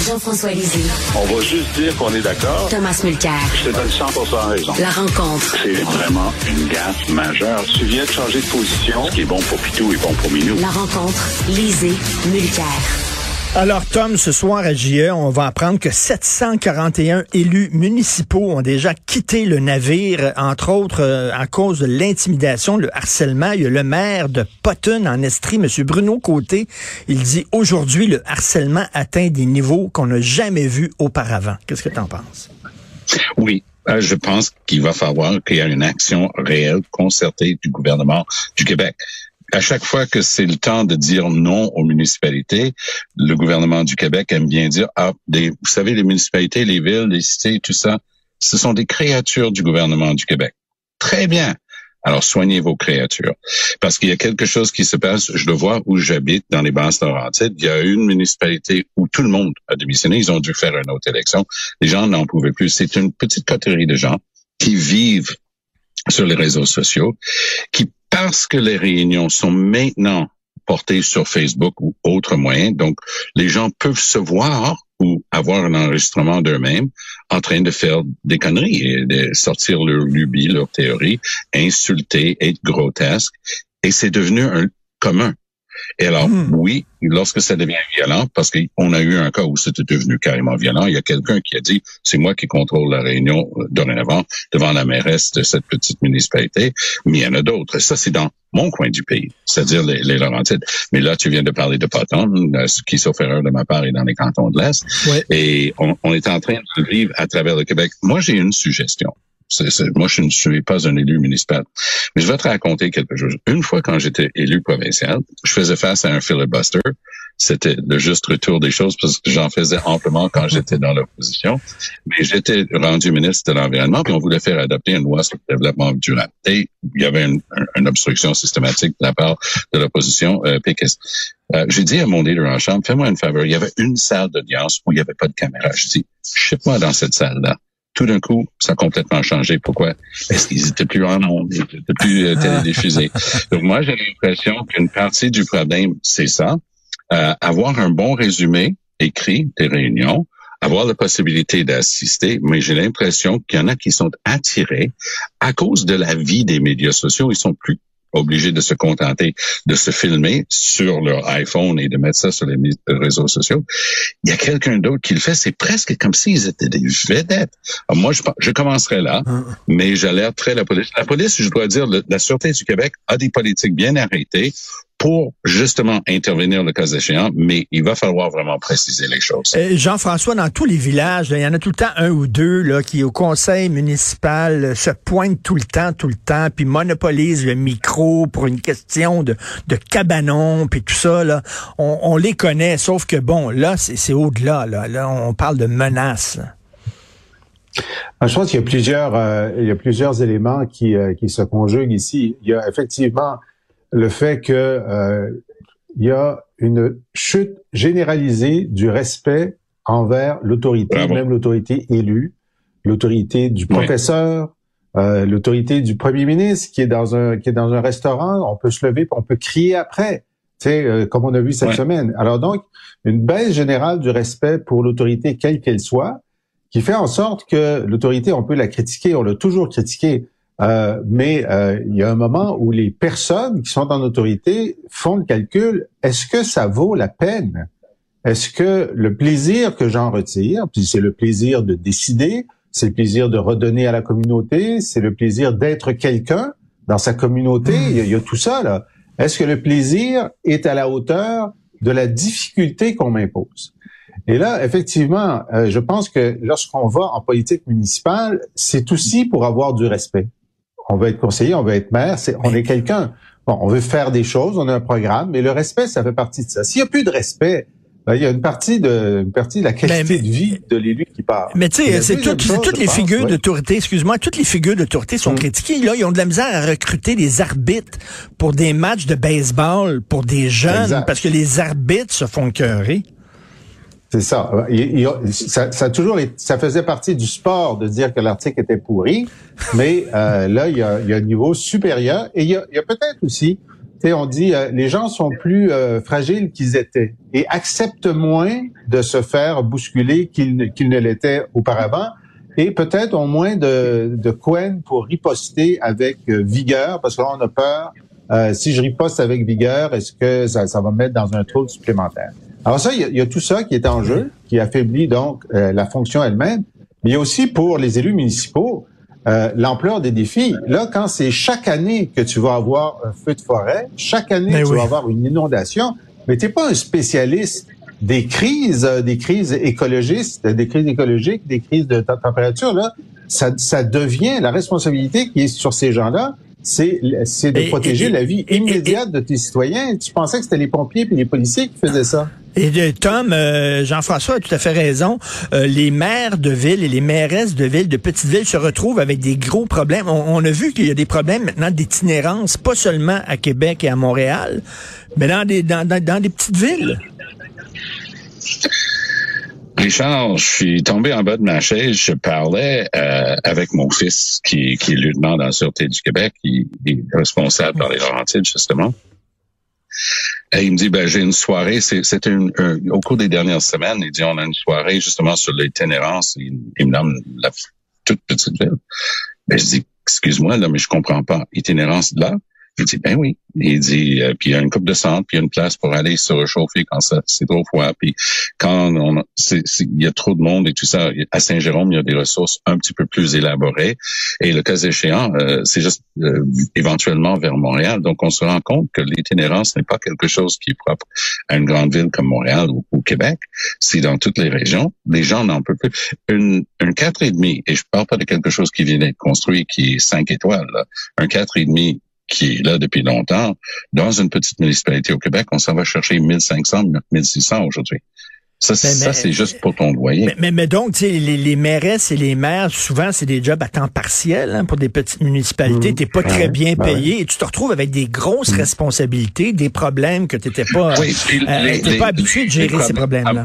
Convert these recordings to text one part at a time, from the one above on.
Jean-François Lisée. On va juste dire qu'on est d'accord. Thomas Mulcair. Je te donne 100% raison. La rencontre. C'est vraiment une gaffe majeure. Tu viens de changer de position. Ce qui est bon pour Pitou est bon pour Minou. La rencontre. Lisée. Mulcair. Alors, Tom, ce soir à JE, on va apprendre que 741 élus municipaux ont déjà quitté le navire, entre autres à cause de l'intimidation, le harcèlement. Il y a le maire de Potton en Estrie, M. Bruno Côté. Il dit aujourd'hui, le harcèlement atteint des niveaux qu'on n'a jamais vus auparavant. Qu'est-ce que tu en penses? Oui. Je pense qu'il va falloir qu'il y ait une action réelle, concertée du gouvernement du Québec. À chaque fois que c'est le temps de dire non aux municipalités, le gouvernement du Québec aime bien dire, vous savez, les municipalités, les villes, les cités, tout ça, ce sont des créatures du gouvernement du Québec. Très bien. Alors, soignez vos créatures. Parce qu'il y a quelque chose qui se passe, je le vois où j'habite, dans les Basses-Laurentides, il y a une municipalité où tout le monde a démissionné, ils ont dû faire une autre élection. Les gens n'en pouvaient plus. C'est une petite coterie de gens qui vivent sur les réseaux sociaux, parce que les réunions sont maintenant portées sur Facebook ou autres moyens, donc les gens peuvent se voir ou avoir un enregistrement d'eux-mêmes en train de faire des conneries et de sortir leur lubie, leur théorie, insulter, être grotesque, et c'est devenu un commun. Et alors, oui, lorsque ça devient violent, parce qu'on a eu un cas où c'était devenu carrément violent, il y a quelqu'un qui a dit, c'est moi qui contrôle la réunion dorénavant devant la mairesse de cette petite municipalité, mais il y en a d'autres. Ça, c'est dans mon coin du pays, c'est-à-dire les Laurentides. Mais là, tu viens de parler de Potton, ce qui, sauf erreur de ma part, est dans les cantons de l'Est. Ouais. Et on est en train de le vivre à travers le Québec. Moi, j'ai une suggestion. Moi, je ne suis pas un élu municipal. Mais je vais te raconter quelque chose. Une fois, quand j'étais élu provincial, je faisais face à un filibuster. C'était le juste retour des choses parce que j'en faisais amplement quand j'étais dans l'opposition. Mais j'étais rendu ministre de l'Environnement, puis on voulait faire adopter une loi sur le développement durable. Et il y avait une obstruction systématique de la part de l'opposition péquiste. J'ai dit à mon leader en chambre, fais-moi une faveur. Il y avait une salle d'audience où il n'y avait pas de caméra. Je dis, ship-moi dans cette salle-là. Tout d'un coup, ça a complètement changé. Pourquoi? Parce qu'ils étaient plus en ondes, ils étaient plus télédiffusés. Donc moi, j'ai l'impression qu'une partie du problème, c'est ça. Avoir un bon résumé écrit des réunions, avoir la possibilité d'assister, mais j'ai l'impression qu'il y en a qui sont attirés à cause de la vie des médias sociaux. Ils sont plus obligés de se contenter de se filmer sur leur iPhone et de mettre ça sur les réseaux sociaux. Il y a quelqu'un d'autre qui le fait. C'est presque comme s'ils étaient des vedettes. Alors moi, je commencerai là, mais j'alerterai la police. La police, je dois dire, la Sûreté du Québec a des politiques bien arrêtées pour justement intervenir le cas échéant, mais il va falloir vraiment préciser les choses. Jean-François, dans tous les villages, il y en a tout le temps un ou deux là, qui, au conseil municipal, se pointent tout le temps, puis monopolisent le micro pour une question de cabanon, puis tout ça. Là, on les connaît, sauf que bon, là, c'est au-delà. Là, on parle de menaces. Je pense qu'il y a plusieurs éléments qui se conjuguent ici. Il y a effectivement le fait que il y a une chute généralisée du respect envers l'autorité, Bravo. Même l'autorité élue, l'autorité du professeur, l'autorité du premier ministre qui est dans un restaurant, on peut se lever, on peut crier après, tu sais, comme on a vu cette semaine. Alors donc, une baisse générale du respect pour l'autorité quelle qu'elle soit, qui fait en sorte que l'autorité, on peut la critiquer, on l'a toujours critiquée. Mais il y a un moment où les personnes qui sont en autorité font le calcul, est-ce que ça vaut la peine? Est-ce que le plaisir que j'en retire, puis c'est le plaisir de décider, c'est le plaisir de redonner à la communauté, c'est le plaisir d'être quelqu'un dans sa communauté, il y a tout ça, là. Est-ce que le plaisir est à la hauteur de la difficulté qu'on m'impose? Et là, effectivement, je pense que lorsqu'on va en politique municipale, c'est aussi pour avoir du respect. On veut être conseiller, on veut être maire, on est quelqu'un. Bon, on veut faire des choses, on a un programme, mais le respect, ça fait partie de ça. S'il y a plus de respect, ben, il y a une partie de la qualité de vie de l'élu qui part. Mais tu sais, c'est toutes les figures d'autorité, excuse-moi, toutes les figures d'autorité sont critiquées. Là, ils ont de la misère à recruter des arbitres pour des matchs de baseball pour des jeunes, parce que les arbitres se font écœurer. C'est ça. Ça faisait partie du sport de dire que l'article était pourri, mais là, il y a un niveau supérieur. Et il y a peut-être aussi on dit les gens sont plus fragiles qu'ils étaient et acceptent moins de se faire bousculer qu'ils ne l'étaient auparavant et peut-être ont moins de couenne pour riposter avec vigueur parce que là on a peur. Si je riposte avec vigueur, est-ce que ça va me mettre dans un trou supplémentaire? Alors ça, il y a tout ça qui est en jeu, qui affaiblit donc la fonction elle-même. Mais il y a aussi pour les élus municipaux l'ampleur des défis. Là, quand c'est chaque année que tu vas avoir un feu de forêt, chaque année tu vas avoir une inondation, mais t'es pas un spécialiste des crises écologistes, des crises écologiques, des crises de température. Là, ça devient la responsabilité qui est sur ces gens-là. C'est de protéger la vie immédiate de tes citoyens. Tu pensais que c'était les pompiers et les policiers qui faisaient ça? Et Tom, Jean-François a tout à fait raison. Les maires de villes et les mairesses de villes, de petites villes, se retrouvent avec des gros problèmes. On a vu qu'il y a des problèmes maintenant d'itinérance, pas seulement à Québec et à Montréal, mais dans des petites villes. Richard, je suis tombé en bas de ma chaise. Je parlais avec mon fils qui est lieutenant dans la Sûreté du Québec. Il est responsable par les Laurentides, justement. Et il me dit, j'ai une soirée. C'était au cours des dernières semaines. Il dit, on a une soirée justement sur l'itinérance. Il me nomme la toute petite ville. Je dis, excuse-moi, là, mais je comprends pas. Itinérance là? Il dit, ben oui. Il dit, puis il y a une coupe de centre, puis il y a une place pour aller se réchauffer quand c'est trop froid. Puis quand il y a trop de monde et tout ça, à Saint-Jérôme, il y a des ressources un petit peu plus élaborées. Et le cas échéant, c'est juste éventuellement vers Montréal. Donc, on se rend compte que l'itinérance n'est pas quelque chose qui est propre à une grande ville comme Montréal ou au Québec. C'est dans toutes les régions. Les gens n'en peuvent plus. Un 4,5, et je parle pas de quelque chose qui vient d'être construit, qui est 5 étoiles, là. Un 4,5 qui est là depuis longtemps, dans une petite municipalité au Québec, on s'en va chercher 1500, 1600 aujourd'hui. Ça, c'est juste pour ton loyer. Mais donc, tu sais, les mairesses et les maires, souvent, c'est des jobs à temps partiel pour des petites municipalités. T'es pas très bien payé et tu te retrouves avec des grosses responsabilités, des problèmes que t'étais pas, pas habitué de gérer ces problèmes-là.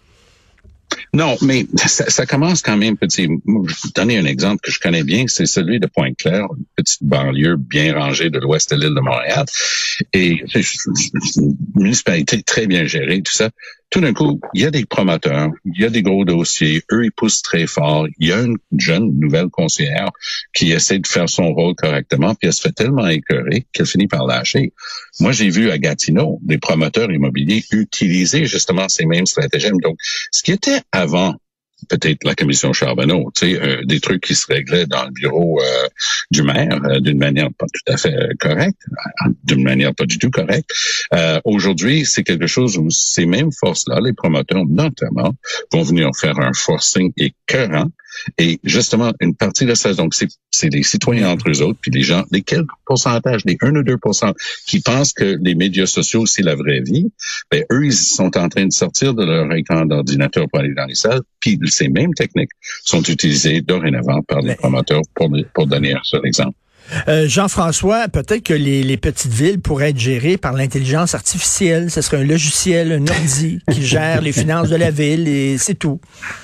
Non, mais ça commence quand même petit. Je vais vous donner un exemple que je connais bien, c'est celui de Pointe-Claire, une petite banlieue bien rangée de l'ouest de l'île de Montréal. Et c'est une municipalité très bien gérée, tout ça. Tout d'un coup, il y a des promoteurs, il y a des gros dossiers, eux, ils poussent très fort. Il y a une jeune nouvelle conseillère qui essaie de faire son rôle correctement, puis elle se fait tellement écœurer qu'elle finit par lâcher. Moi, j'ai vu à Gatineau des promoteurs immobiliers utiliser justement ces mêmes stratagèmes. Donc, ce qui était avant peut-être la commission Charbonneau, tu sais, des trucs qui se réglaient dans le bureau du maire d'une manière pas tout à fait correcte, d'une manière pas du tout correcte. Aujourd'hui, c'est quelque chose où ces mêmes forces-là, les promoteurs notamment, vont venir faire un forcing écœurant. Et justement, une partie de ça, donc c'est les citoyens entre eux autres, puis les gens, les quelques pourcentages, les 1 ou 2% qui pensent que les médias sociaux, c'est la vraie vie, ben eux, ils sont en train de sortir de leur écran d'ordinateur pour aller dans les salles, puis ces mêmes techniques sont utilisées dorénavant par les promoteurs pour donner un seul exemple. Jean-François, peut-être que les petites villes pourraient être gérées par l'intelligence artificielle. Ce serait un logiciel, un ordi qui gère les finances de la ville et c'est tout.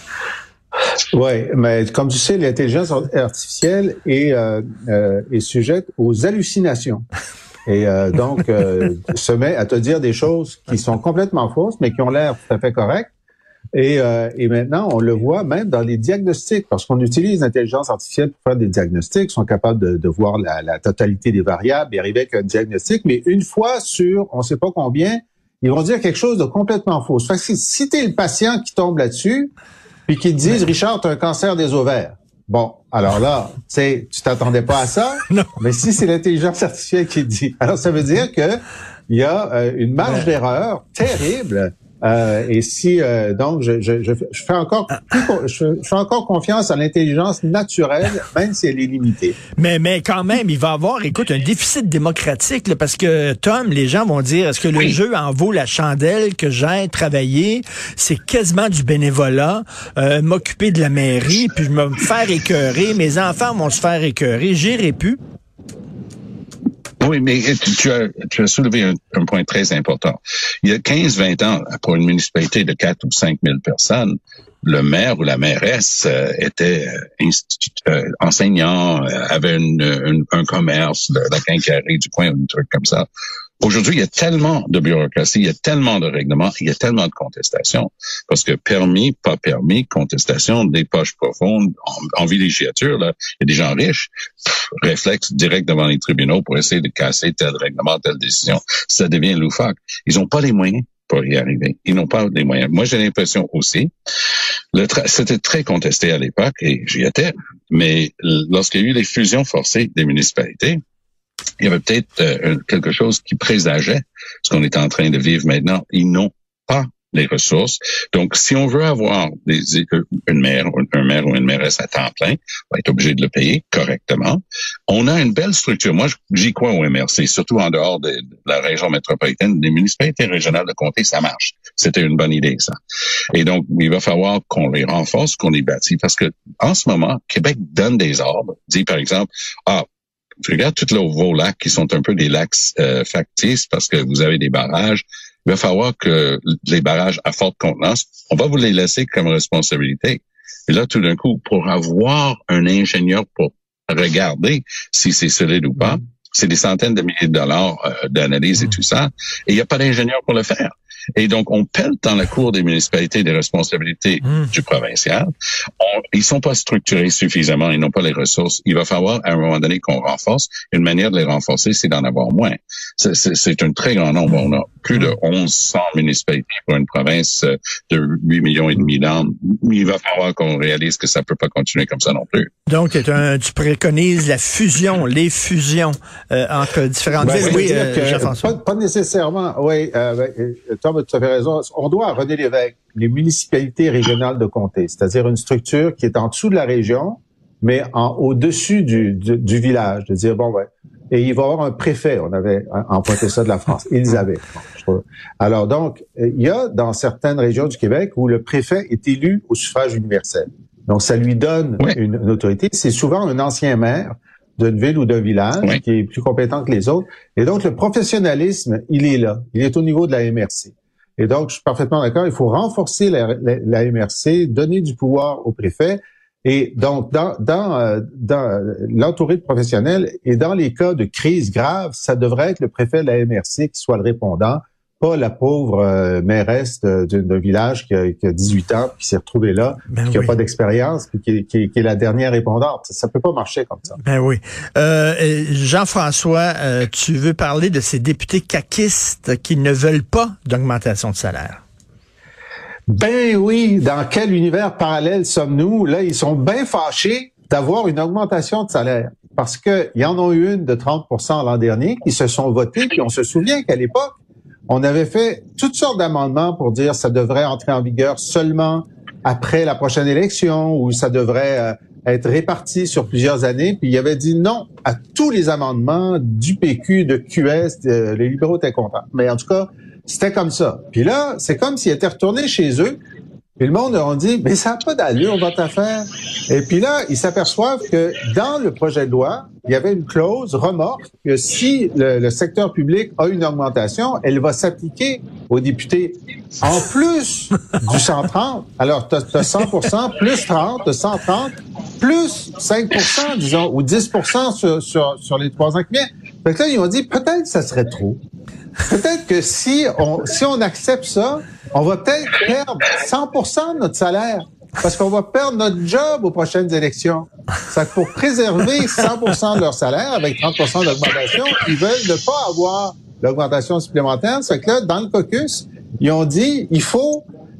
Oui, mais comme tu sais, l'intelligence artificielle est sujette aux hallucinations. Et donc, se met à te dire des choses qui sont complètement fausses, mais qui ont l'air tout à fait correctes. Et maintenant, on le voit même dans les diagnostics, parce qu'on utilise l'intelligence artificielle pour faire des diagnostics, ils sont capables de voir la totalité des variables et arriver avec un diagnostic, mais une fois sur on ne sait pas combien, ils vont dire quelque chose de complètement faux. Fait que si t'es le patient qui tombe là-dessus, puis qui te disent, Richard, tu as un cancer des ovaires. Bon, alors là, tu t'attendais pas à ça, non. Mais si c'est l'intelligence artificielle qui te dit, alors ça veut dire que il y a une marge d'erreur terrible. Et si donc je fais encore je fais encore confiance à l'intelligence naturelle, même si elle est limitée. Mais quand même, il va y avoir, écoute, un déficit démocratique, là, parce que Tom, les gens vont dire, est-ce que le jeu en vaut la chandelle que j'ai travaillé? C'est quasiment du bénévolat, m'occuper de la mairie, puis je vais me faire écœurer, mes enfants vont se faire écœurer, j'irai plus. Oui, mais tu as soulevé un point très important. Il y a 15-20 ans, pour une municipalité de 4 ou 5 000 personnes, le maire ou la mairesse était enseignant, avait un commerce, la quincaillerie du coin, un truc comme ça. Aujourd'hui, il y a tellement de bureaucratie, il y a tellement de règlements, il y a tellement de contestations. Parce que permis, pas permis, contestation, des poches profondes, en villégiature, là, il y a des gens riches, réflexe direct devant les tribunaux pour essayer de casser tel règlement, telle décision. Ça devient loufoque. Ils n'ont pas les moyens pour y arriver. Ils n'ont pas les moyens. Moi, j'ai l'impression aussi, c'était très contesté à l'époque, et j'y étais, mais lorsqu'il y a eu les fusions forcées des municipalités, il y avait peut-être quelque chose qui présageait ce qu'on est en train de vivre maintenant. Ils n'ont pas les ressources. Donc, si on veut avoir un maire ou une mairesse à temps plein, on va être obligé de le payer correctement. On a une belle structure. Moi, j'y crois au MRC, surtout en dehors de la région métropolitaine. Les municipalités régionales de comté, ça marche. C'était une bonne idée, ça. Et donc, il va falloir qu'on les renforce, qu'on les bâtit, parce que en ce moment, Québec donne des ordres. Dit, par exemple, regarde tous vos lacs qui sont un peu des lacs factices parce que vous avez des barrages. Il va falloir que les barrages à forte contenance, on va vous les laisser comme responsabilité. Et là, tout d'un coup, pour avoir un ingénieur pour regarder si c'est solide ou pas, c'est des centaines de milliers de dollars d'analyse et tout ça. Et il n'y a pas d'ingénieur pour le faire. Et donc, on pèle dans la cour des municipalités des responsabilités du provincial. Ils sont pas structurés suffisamment, ils n'ont pas les ressources. Il va falloir, à un moment donné, qu'on renforce. Une manière de les renforcer, c'est d'en avoir moins. C'est un très grand nombre. On a plus de 1100 municipalités pour une province de 8 millions et demi d'âmes. Il va falloir qu'on réalise que ça peut pas continuer comme ça non plus. Donc, tu préconises les fusions entre différentes villes. Oui, Jean-François. Pas nécessairement. Oui, Tom, tu avais raison. On doit, René Lévesque, les municipalités régionales de comté, c'est-à-dire une structure qui est en dessous de la région, mais au-dessus du village. De dire, et il va y avoir un préfet. On avait emprunté ça de la France. Ils avaient. Alors donc, il y a dans certaines régions du Québec où le préfet est élu au suffrage universel. Donc, ça lui donne une autorité. C'est souvent un ancien maire d'une ville ou d'un village qui est plus compétent que les autres. Et donc, le professionnalisme, il est là. Il est au niveau de la MRC. Et donc, je suis parfaitement d'accord. Il faut renforcer la MRC, donner du pouvoir au préfet. Et donc, dans l'entouré de professionnels et dans les cas de crise grave, ça devrait être le préfet de la MRC qui soit le répondant, pas la pauvre mairesse d'un village qui a 18 ans, qui s'est retrouvée là, qui a pas d'expérience, puis qui est la dernière répondante. Ça peut pas marcher comme ça. Ben oui. Jean-François, tu veux parler de ces députés caquistes qui ne veulent pas d'augmentation de salaire? Ben oui, dans quel univers parallèle sommes-nous? Là, ils sont bien fâchés d'avoir une augmentation de salaire. Parce que y en ont eu une de 30% l'an dernier qui se sont votés, puis on se souvient qu'à l'époque, on avait fait toutes sortes d'amendements pour dire ça devrait entrer en vigueur seulement après la prochaine élection ou ça devrait être réparti sur plusieurs années. Puis il avait dit non à tous les amendements du PQ, de QS, les libéraux étaient contents. Mais en tout cas, c'était comme ça. Puis là, c'est comme s'ils étaient retournés chez eux. Puis le monde leur a dit, mais ça n'a pas d'allure, votre affaire. Et puis là, ils s'aperçoivent que dans le projet de loi, il y avait une clause remorque que si le secteur public a une augmentation, elle va s'appliquer aux députés. En plus du 130, alors tu as 100%, plus 30, tu as 130, plus 5%, disons, ou 10% sur les 3 ans qui viennent. Fait que là, ils ont dit, peut-être que ça serait trop. Peut-être que si on accepte ça, on va peut-être perdre 100% de notre salaire parce qu'on va perdre notre job aux prochaines élections. C'est que pour préserver 100% de leur salaire avec 30% d'augmentation, ils veulent ne pas avoir l'augmentation supplémentaire. C'est que là, dans le caucus, ils ont dit il faut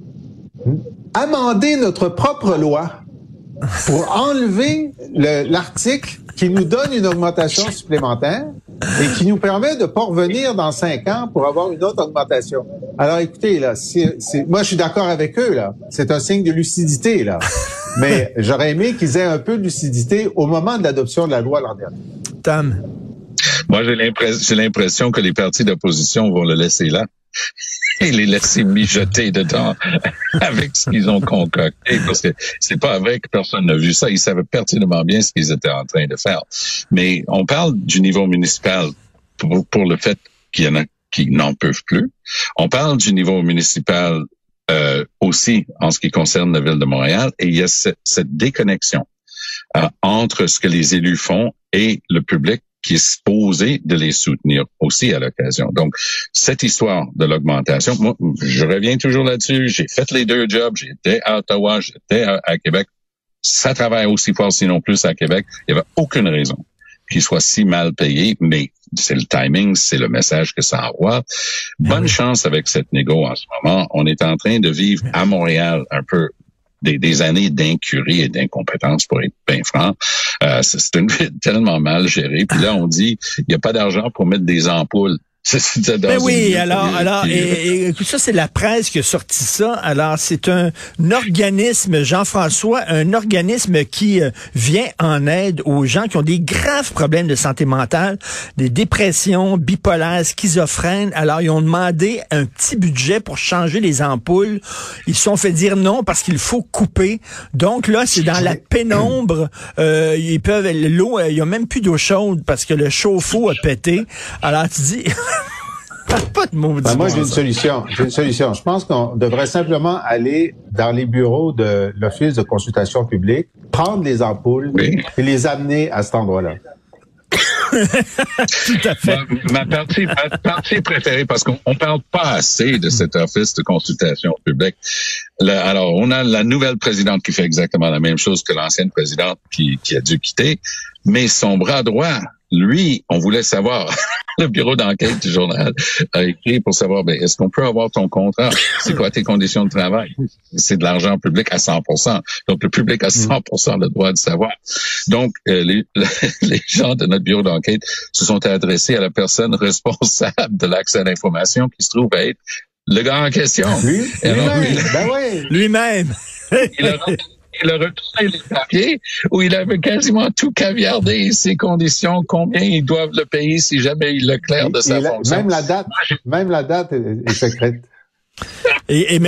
amender notre propre loi pour enlever l'article qui nous donne une augmentation supplémentaire et qui nous permet de pas revenir dans 5 ans pour avoir une autre augmentation. Alors écoutez, là, moi je suis d'accord avec eux, là. C'est un signe de lucidité, là. Mais j'aurais aimé qu'ils aient un peu de lucidité au moment de l'adoption de la loi l'an dernier. Tom. Moi, j'ai l'impression que les partis d'opposition vont le laisser là et les laisser mijoter dedans avec ce qu'ils ont concocté, parce que c'est pas vrai que personne n'a vu ça. Ils savaient pertinemment bien ce qu'ils étaient en train de faire. Mais on parle du niveau municipal pour le fait qu'il y en a qui n'en peuvent plus. On parle du niveau municipal aussi en ce qui concerne la ville de Montréal, et il y a cette déconnexion entre ce que les élus font et le public qui est supposé de les soutenir aussi à l'occasion. Donc, cette histoire de l'augmentation, moi, je reviens toujours là-dessus. J'ai fait les deux jobs. J'étais à Ottawa, j'étais à Québec. Ça travaille aussi fort, sinon plus à Québec. Il n'y avait aucune raison qu'il soit si mal payé, mais c'est le timing, c'est le message que ça envoie. Bonne chance avec cette négo en ce moment. On est en train de vivre à Montréal un peu des années d'incurie et d'incompétence, pour être bien franc. C'est une ville tellement mal gérée. Puis là, on dit, il n'y a pas d'argent pour mettre des ampoules. Ben oui, alors, et ça, c'est la presse qui a sorti ça. Alors, c'est un organisme, Jean-François, un organisme qui vient en aide aux gens qui ont des graves problèmes de santé mentale, des dépressions, bipolaires, schizophrènes. Alors, ils ont demandé un petit budget pour changer les ampoules. Ils se sont fait dire non parce qu'il faut couper. Donc là, c'est dans la pénombre. Ils peuvent, l'eau, il y a même plus d'eau chaude parce que le chauffe-eau a pété. Alors, tu dis... Pas de mots. Moi, j'ai une solution. Je pense qu'on devrait simplement aller dans les bureaux de l'Office de consultation publique, prendre les ampoules et les amener à cet endroit-là. Tout à fait. Ma partie préférée, parce qu'on parle pas assez de cet office de consultation publique. Alors, on a la nouvelle présidente qui fait exactement la même chose que l'ancienne présidente qui a dû quitter, mais son bras droit, lui, on voulait savoir, le bureau d'enquête du journal a écrit pour savoir, est-ce qu'on peut avoir ton contrat? C'est quoi tes conditions de travail? C'est de l'argent public à 100%. Donc, le public a 100% le droit de savoir. Donc, les gens de notre bureau d'enquête se sont adressés à la personne responsable de l'accès à l'information qui se trouve à être le gars en question. Lui-même. Il a retourné les papiers où il avait quasiment tout caviardé, ses conditions, combien ils doivent le payer si jamais il le claire de sa fonction. Même la date est secrète. Et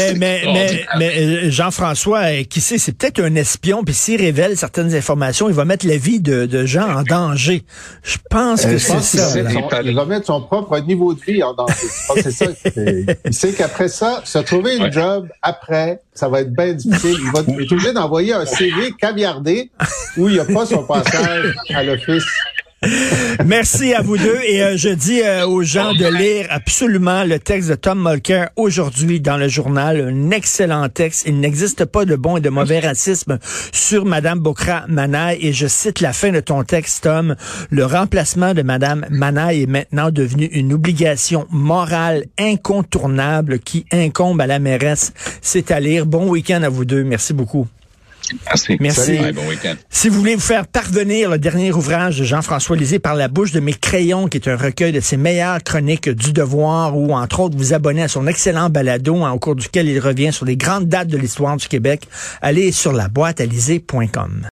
mais Jean-François, qui sait, c'est peut-être un espion, puis s'il révèle certaines informations, il va mettre la vie de gens en danger. Je pense que c'est ça. Il va mettre son propre niveau de vie en danger. Je pense que c'est ça. Il sait qu'après ça, se trouver une job après, ça va être bien difficile. Il va être obligé d'envoyer un CV caviardé où il n'y a pas son passage à l'office. Merci à vous deux et je dis aux gens de lire absolument le texte de Tom Mulcair aujourd'hui dans le journal, un excellent texte. Il n'existe pas de bon et de mauvais racisme sur Madame Bokra Manaï et je cite la fin de ton texte, Tom. Le remplacement de Madame Manaï est maintenant devenu une obligation morale incontournable qui incombe à la mairesse. C'est à lire. Bon week-end à vous deux. Merci beaucoup. Merci. Bon week-end. Si vous voulez vous faire parvenir le dernier ouvrage de Jean-François Lisée, Par la bouche de mes crayons, qui est un recueil de ses meilleures chroniques du Devoir, ou entre autres vous abonner à son excellent balado, au cours duquel il revient sur les grandes dates de l'histoire du Québec, allez sur laboîtealisée.com.